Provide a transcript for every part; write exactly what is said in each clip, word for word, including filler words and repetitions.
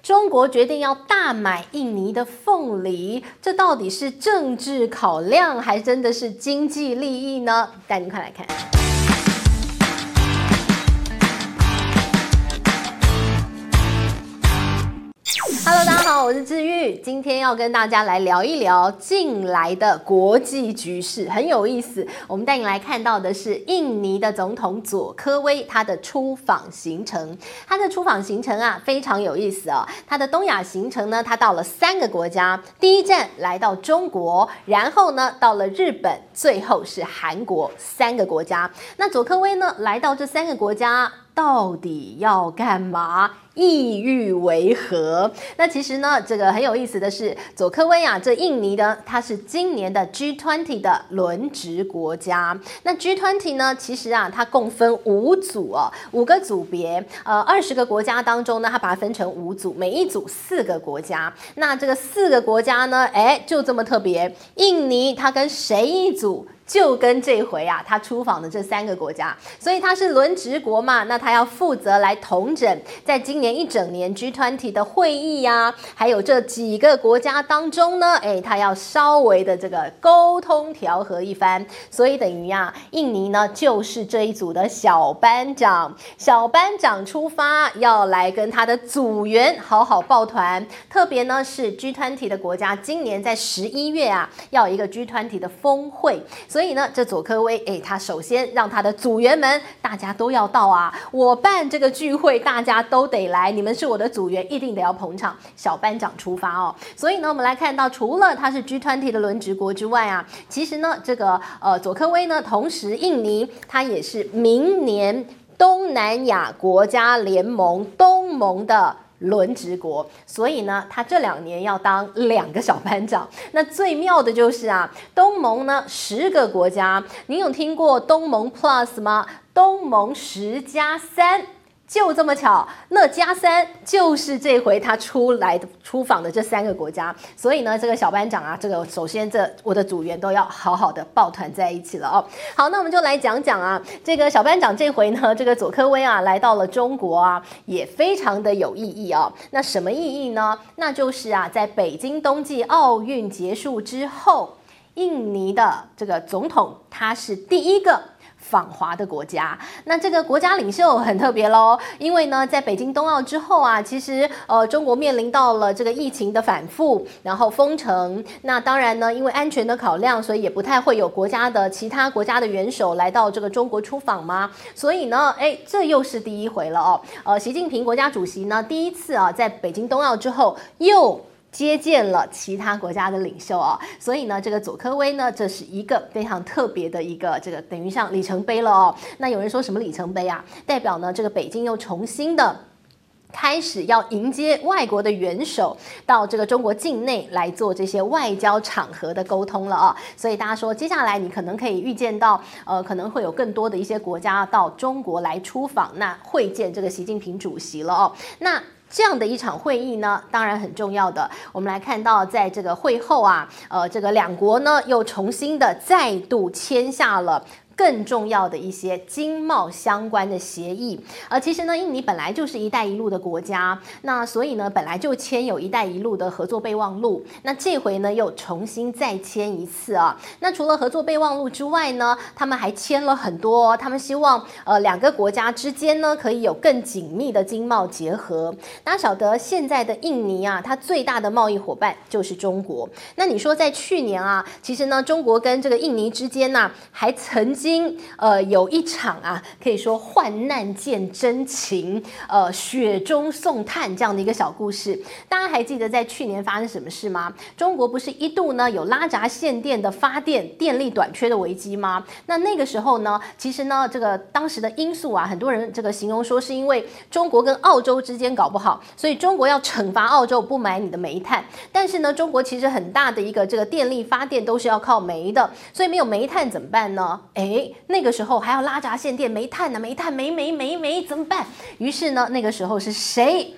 中国决定要大买印尼的凤梨，这到底是政治考量，还真的是经济利益呢？带您快来看。Hello， 大家好，我是志玉，今天要跟大家来聊一聊近来的国际局势，很有意思。我们带你来看到的是印尼的总统佐科威他的出访行程，他的出访行程啊非常有意思哦。他的东亚行程呢，他到了三个国家，第一站来到中国，然后呢到了日本，最后是韩国，三个国家。那佐科威呢来到这三个国家，到底要干嘛？意欲为何？那其实呢，这个很有意思的是，佐科威啊，这印尼呢，它是今年的 G 二十 的轮值国家。那 G 二十 呢，其实啊，它共分五组哦，五个组别，呃，二十个国家当中呢，它把它分成五组，每一组四个国家。那这个四个国家呢，哎，就这么特别，印尼它跟谁一组？就跟这回啊，他出访的这三个国家，所以他是轮值国嘛，那他要负责来统整，在今年一整年 G 二十 的会议呀、啊，还有这几个国家当中呢，哎，他要稍微的这个沟通调和一番，所以等于啊，印尼呢就是这一组的小班长，小班长出发要来跟他的组员好好抱团，特别呢是 G 二十 的国家，今年在十一月啊，要有一个 G 二十 的峰会。所以呢，这佐科威，哎，他首先让他的组员们，大家都要到啊！我办这个聚会，大家都得来，你们是我的组员，一定得要捧场。小班长出发哦。所以呢，我们来看到，除了他是 G 二十 的轮值国之外啊，其实呢，这个呃佐科威呢，同时印尼他也是明年东南亚国家联盟东盟的轮值国，所以呢，他这两年要当两个小班长。那最妙的就是啊，东盟呢十个国家，您有听过东盟 Plus 吗？东盟十加三。就这么巧，那加三就是这回他出来的出访的这三个国家，所以呢，这个小班长啊，这个首先这我的组员都要好好的抱团在一起了哦。好，那我们就来讲讲啊，这个小班长这回呢，这个佐科威啊来到了中国啊，也非常的有意义哦。那什么意义呢？那就是啊，在北京冬季奥运结束之后，印尼的这个总统他是第一个访华的国家。那这个国家领袖很特别咯，因为呢在北京冬奥之后啊，其实呃中国面临到了这个疫情的反复，然后封城，那当然呢因为安全的考量，所以也不太会有国家的其他国家的元首来到这个中国出访嘛，所以呢哎这又是第一回了哦。呃习近平国家主席呢第一次啊在北京冬奥之后又接见了其他国家的领袖哦，所以呢，这个佐科威呢，这是一个非常特别的一个这个等于像里程碑了哦。那有人说什么里程碑啊？代表呢，这个北京又重新的开始要迎接外国的元首到这个中国境内来做这些外交场合的沟通了啊，所以大家说接下来你可能可以预见到，呃，可能会有更多的一些国家到中国来出访，那会见这个习近平主席了哦。那这样的一场会议呢，当然很重要的。我们来看到，在这个会后啊，呃，这个两国呢又重新的再度签下了更重要的一些经贸相关的协议。呃，其实呢，印尼本来就是一带一路的国家，那所以呢，本来就签有一带一路的合作备忘录。那这回呢，又重新再签一次啊。那除了合作备忘录之外呢，他们还签了很多、哦，他们希望呃两个国家之间呢可以有更紧密的经贸结合。大家晓得现在的印尼啊，它最大的贸易伙伴就是中国。那你说在去年啊，其实呢，中国跟这个印尼之间呢、啊，还曾经呃有一场啊，可以说患难见真情，呃雪中送炭这样的一个小故事。大家还记得在去年发生什么事吗？中国不是一度呢有拉闸限电的发电电力短缺的危机吗？那那个时候呢，其实呢这个当时的因素啊，很多人这个形容说是因为中国跟澳洲之间搞不好，所以中国要惩罚澳洲不买你的煤炭。但是呢，中国其实很大的一个这个电力发电都是要靠煤的，所以没有煤炭怎么办呢？哎。那个时候还要拉闸限电，煤炭呢、啊，煤炭煤煤煤煤怎么办？于是呢，那个时候是谁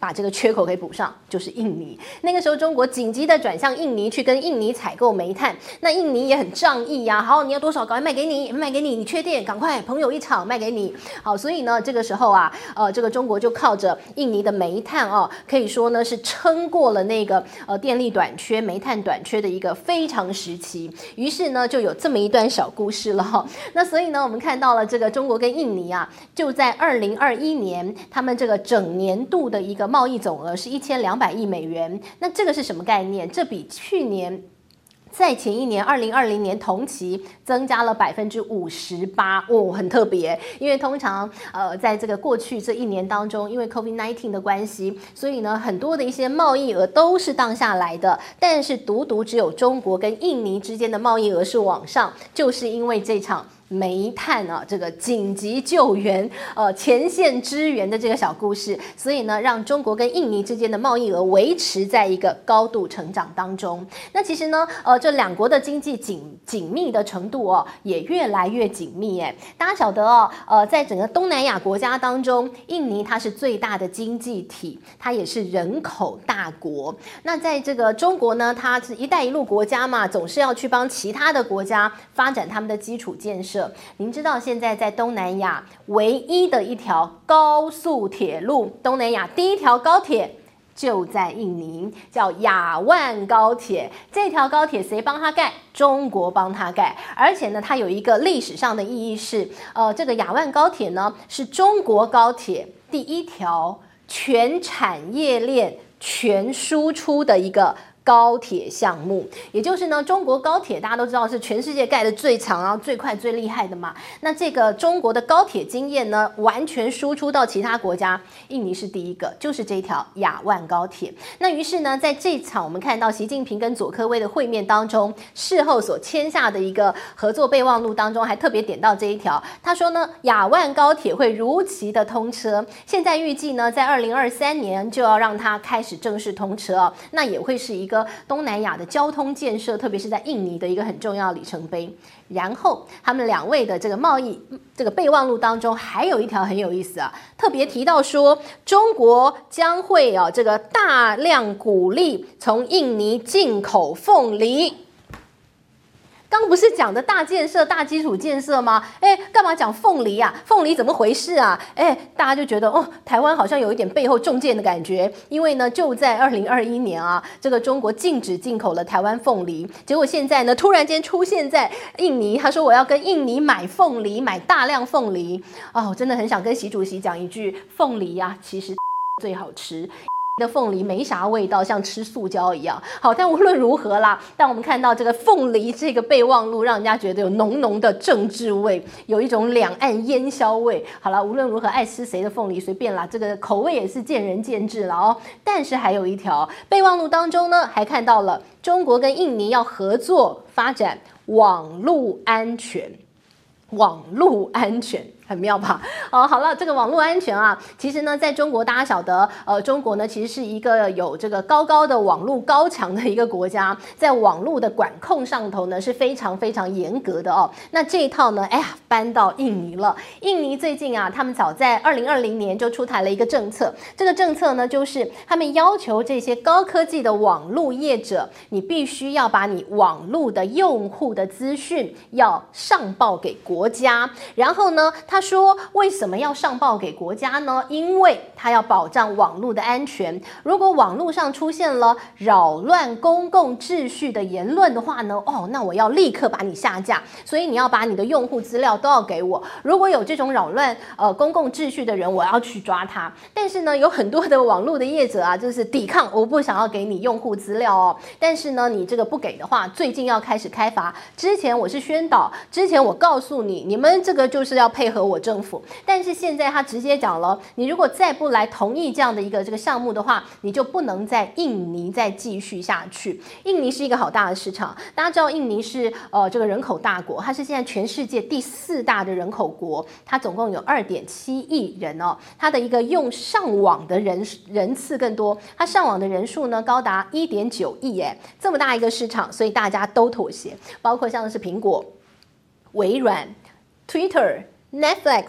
把这个缺口给补上，就是印尼。那个时候，中国紧急的转向印尼去跟印尼采购煤炭，那印尼也很仗义呀、啊，好，你要多少，赶快卖给你，卖给你，你缺电，赶快，朋友一场卖给你。好，所以呢，这个时候啊，呃，这个中国就靠着印尼的煤炭哦，可以说呢是撑过了那个呃电力短缺、煤炭短缺的一个非常时期。于是呢，就有这么一段小故事了哈、哦。那所以呢，我们看到了这个中国跟印尼啊，就在二零二一年，他们这个整年度的一个贸易总额是一千两百亿美元。那这个是什么概念？这比去年在前一年二零二零年同期增加了百分之五十八哦，很特别。因为通常呃，在这个过去这一年当中，因为 COVID 十九 的关系，所以呢，很多的一些贸易额都是荡下来的。但是独独只有中国跟印尼之间的贸易额是往上，就是因为这场煤炭啊，这个紧急救援，呃，前线支援的这个小故事，所以呢，让中国跟印尼之间的贸易额维持在一个高度成长当中。那其实呢，呃，这两国的经济紧紧密的程度哦，也越来越紧密。哎，大家晓得哦，呃，在整个东南亚国家当中，印尼它是最大的经济体，它也是人口大国。那在这个中国呢，它是一带一路国家嘛，总是要去帮其他的国家发展他们的基础建设。您知道现在在东南亚唯一的一条高速铁路，东南亚第一条高铁就在印尼，叫雅万高铁。这条高铁谁帮它盖？中国帮它盖。而且呢，它有一个历史上的意义是，呃，这个雅万高铁呢是中国高铁第一条全产业链全输出的一个高铁项目。也就是呢，中国高铁大家都知道是全世界盖的最长然后最快最厉害的嘛。那这个中国的高铁经验呢，完全输出到其他国家，印尼是第一个，就是这一条雅万高铁。那于是呢，在这场我们看到习近平跟佐科威的会面当中，事后所签下的一个合作备忘录当中，还特别点到这一条，他说呢，雅万高铁会如期的通车，现在预计呢，在二零二三年就要让它开始正式通车哦，那也会是一个东南亚的交通建设，特别是在印尼的一个很重要的里程碑。然后他们两位的这个贸易这个备忘录当中，还有一条很有意思啊，特别提到说，中国将会啊这个大量鼓励从印尼进口凤梨。刚不是讲的大建设、大基础建设吗？哎，干嘛讲凤梨啊？凤梨怎么回事啊？哎，大家就觉得哦，台湾好像有一点背后中箭的感觉。因为呢，就在二零二一年啊，这个中国禁止进口了台湾凤梨，结果现在呢，突然间出现在印尼，他说我要跟印尼买凤梨，买大量凤梨。哦，我真的很想跟习主席讲一句，凤梨呀、啊，其实最好吃。的凤梨没啥味道，像吃塑胶一样。好，但无论如何啦，但我们看到这个凤梨这个备忘录，让人家觉得有浓浓的政治味，有一种两岸烟硝味。好了，无论如何，爱吃谁的凤梨随便啦，这个口味也是见仁见智了哦。但是还有一条备忘录当中呢，还看到了中国跟印尼要合作发展网络安全，网络安全。很妙吧？哦，好了，这个网络安全啊，其实呢，在中国大家晓得，呃，中国呢其实是一个有这个高高的网络高墙的一个国家，在网络的管控上头呢是非常非常严格的哦。那这一套呢，哎呀，搬到印尼了。印尼最近啊，他们早在二零二零年就出台了一个政策，这个政策呢，就是他们要求这些高科技的网络业者，你必须要把你网络的用户的资讯要上报给国家，然后呢，他说为什么要上报给国家呢？因为他要保障网络的安全。如果网络上出现了扰乱公共秩序的言论的话呢，哦，那我要立刻把你下架。所以你要把你的用户资料都要给我。如果有这种扰乱呃公共秩序的人，我要去抓他。但是呢，有很多的网络的业者啊，就是抵抗，我不想要给你用户资料哦。但是呢，你这个不给的话，最近要开始开罚。之前我是宣导，之前我告诉你，你们这个就是要配合我政府，但是现在他直接讲了，你如果再不来同意这样的一个这个项目的话，你就不能在印尼再继续下去。印尼是一个好大的市场，大家知道印尼是呃这个人口大国，它是现在全世界第四大的人口国，它总共有二点七亿人哦，它的一个用上网的人人次更多，它上网的人数呢高达一点九亿，哎，这么大一个市场，所以大家都妥协，包括像是苹果、微软、Twitter。Netflix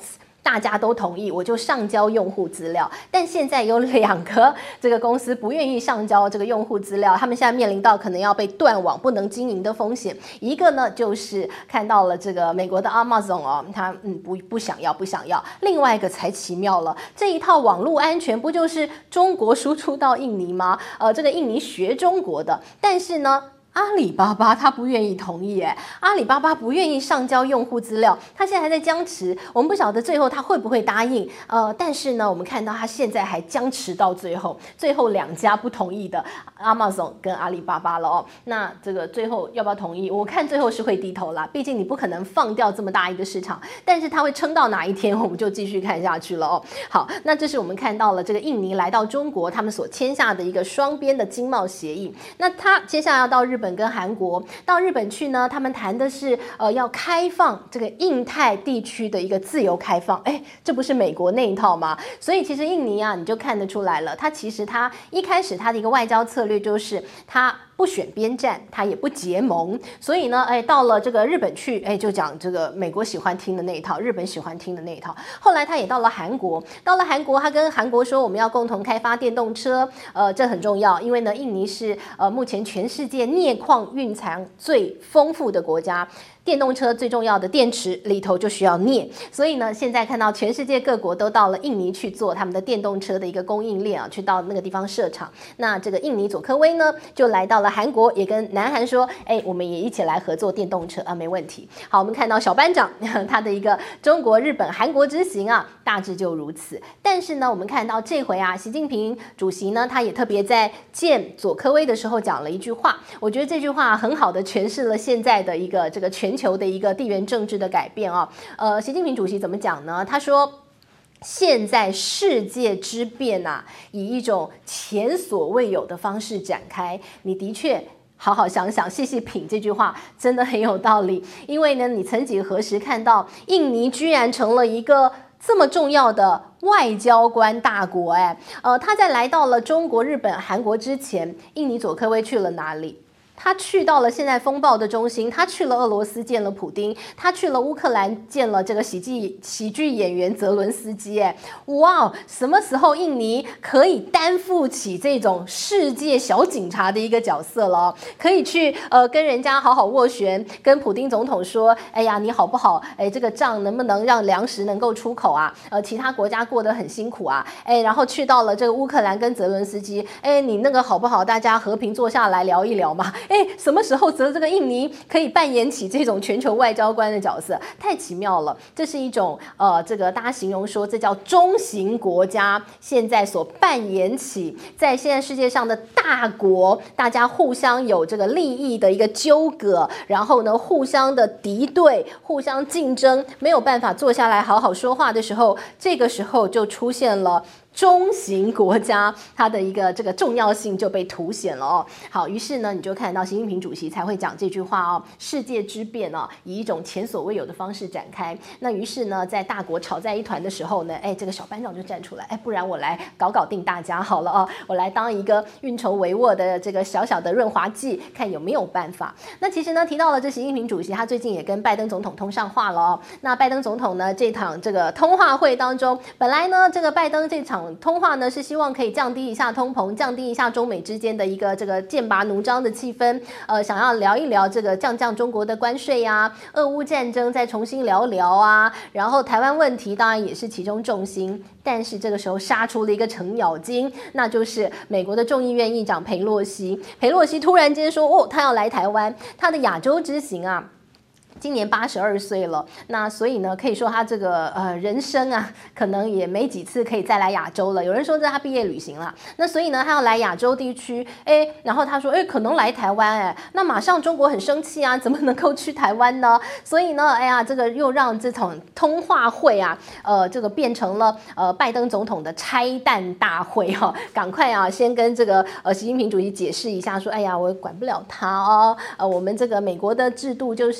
大家都同意，我就上交用户资料。但现在有两个这个公司不愿意上交这个用户资料，他们现在面临到可能要被断网、不能经营的风险。一个呢，就是看到了这个美国的 Amazon 哦，他嗯不不想要，不想要。另外一个才奇妙了，这一套网络安全不就是中国输出到印尼吗？呃，这个印尼学中国的，但是呢，阿里巴巴他不愿意同意，哎，阿里巴巴不愿意上交用户资料，他现在还在僵持，我们不晓得最后他会不会答应。呃，但是呢，我们看到他现在还僵持到最后，最后两家不同意的 Amazon 跟阿里巴巴了哦。那这个最后要不要同意？我看最后是会低头啦，毕竟你不可能放掉这么大一个市场，但是他会撑到哪一天，我们就继续看下去了哦。好，那这是我们看到了这个印尼来到中国，他们所签下的一个双边的经贸协议。那他接下来要到日本。跟韩国到日本去呢，他们谈的是呃要开放这个印太地区的一个自由开放，哎，这不是美国那一套吗？所以其实印尼啊，你就看得出来了，它其实它一开始它的一个外交策略就是它不选边站，它也不结盟，所以呢，哎，到了这个日本去，哎，就讲这个美国喜欢听的那一套，日本喜欢听的那一套。后来他也到了韩国，到了韩国，他跟韩国说我们要共同开发电动车，呃，这很重要，因为呢，印尼是呃目前全世界镍矿蕴藏最丰富的国家。电动车最重要的电池里头就需要镍，所以呢，现在看到全世界各国都到了印尼去做他们的电动车的一个供应链啊，去到那个地方设厂。那这个印尼佐科威呢，就来到了韩国，也跟南韩说，哎，我们也一起来合作电动车啊，没问题。好，我们看到小班长他的一个中国、日本、韩国之行啊，大致就如此。但是呢，我们看到这回啊，习近平主席呢，他也特别在见佐科威的时候讲了一句话，我觉得这句话很好的诠释了现在的一个这个全。全球的一个地缘政治的改变啊，呃，习近平主席怎么讲呢？他说，现在世界之变啊，以一种前所未有的方式展开。你的确好好想想，细细品这句话，真的很有道理。因为呢，你曾几何时看到印尼居然成了一个这么重要的外交官大国？哎，呃，他在来到了中国、日本、韩国之前，印尼佐科威去了哪里？他去到了现在风暴的中心，他去了俄罗斯见了普丁，他去了乌克兰见了这个喜剧喜剧演员泽伦斯基。哎，哇，什么时候印尼可以担负起这种世界小警察的一个角色了？可以去呃跟人家好好斡旋，跟普丁总统说，哎呀，你好不好？哎，这个仗能不能让粮食能够出口啊？呃，其他国家过得很辛苦啊。哎，然后去到了这个乌克兰跟泽伦斯基，哎，你那个好不好？大家和平坐下来聊一聊嘛。哎，什么时候则这个印尼可以扮演起这种全球外交官的角色？太奇妙了！这是一种呃，这个大家形容说，这叫中型国家现在所扮演起在现在世界上的大国，大家互相有这个利益的一个纠葛，然后呢，互相的敌对、互相竞争，没有办法坐下来好好说话的时候，这个时候就出现了。中型国家它的一个这个重要性就被凸显了哦。好，于是呢，你就看到习近平主席才会讲这句话哦，世界之变哦，以一种前所未有的方式展开。那于是呢，在大国吵在一团的时候呢，哎，这个小班长就站出来，哎，不然我来搞搞定大家好了哦，我来当一个运筹帷幄的这个小小的润滑剂，看有没有办法。那其实呢，提到了这习近平主席，他最近也跟拜登总统通上话了哦。那拜登总统呢，这场这个通话会当中，本来呢，这个拜登这场通话呢是希望可以降低一下通膨，降低一下中美之间的一个这个剑拔弩张的气氛，呃，想要聊一聊这个降降中国的关税啊，俄乌战争再重新聊聊啊，然后台湾问题当然也是其中重心，但是这个时候杀出了一个程咬金，那就是美国的众议院议长裴洛西，裴洛西突然间说，哦，他要来台湾，他的亚洲之行啊。今年八十二岁了，那所以呢，可以说他这个呃人生啊，可能也没几次可以再来亚洲了。有人说这是他毕业旅行啦，那所以呢，他要来亚洲地区，哎，然后他说，哎，可能来台湾，哎，那马上中国很生气啊，怎么能够去台湾呢？所以呢，哎呀，这个又让这场通话会啊，呃，这个变成了呃拜登总统的拆弹大会哈、哦，赶快啊，先跟这个呃习近平主席解释一下，说，哎呀，我管不了他哦，呃，我们这个美国的制度就是。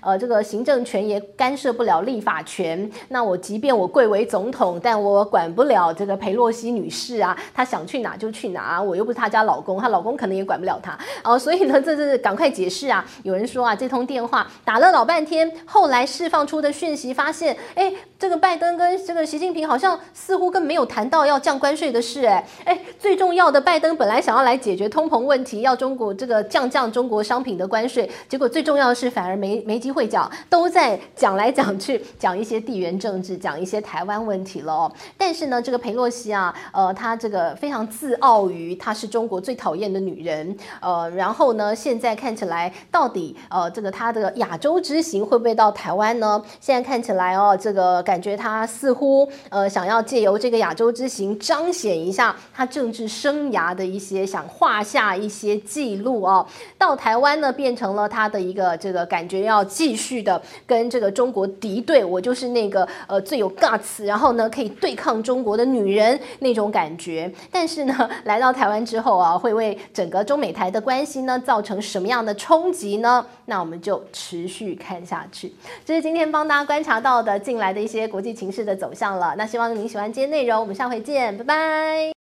呃这个行政权也干涉不了立法权，那我即便我贵为总统，但我管不了这个裴洛西女士啊，她想去哪就去哪，我又不是她家老公，她老公可能也管不了她哦，所以呢，这是赶快解释啊！有人说啊，这通电话打了老半天，后来释放出的讯息发现，哎，这个拜登跟这个习近平好像似乎更没有谈到要降关税的事，哎哎，最重要的，拜登本来想要来解决通膨问题，要中国这个降降中国商品的关税，结果最重要的是反而没没机会讲，都在讲来讲去，讲一些地缘政治，讲一些台湾问题了哦。但是呢，这个裴洛西啊，呃，她这个非常自傲于她是中国最讨厌的女人，呃，然后呢，现在看起来到底呃这个她的亚洲之行会不会到台湾呢？现在看起来哦，这个感觉她似乎呃想要借由这个亚洲之行彰显一下她政治生涯的一些，想画下一些记录哦。到台湾呢，变成了她的一个这个感觉要继续的跟这个中国敌对，我就是那个呃最有 guts， 然后呢可以对抗中国的女人那种感觉。但是呢，来到台湾之后啊，会为整个中美台的关系呢造成什么样的冲击呢？那我们就持续看下去。这是今天帮大家观察到的近来的一些国际情势的走向了。那希望您喜欢今天内容，我们下回见，拜拜。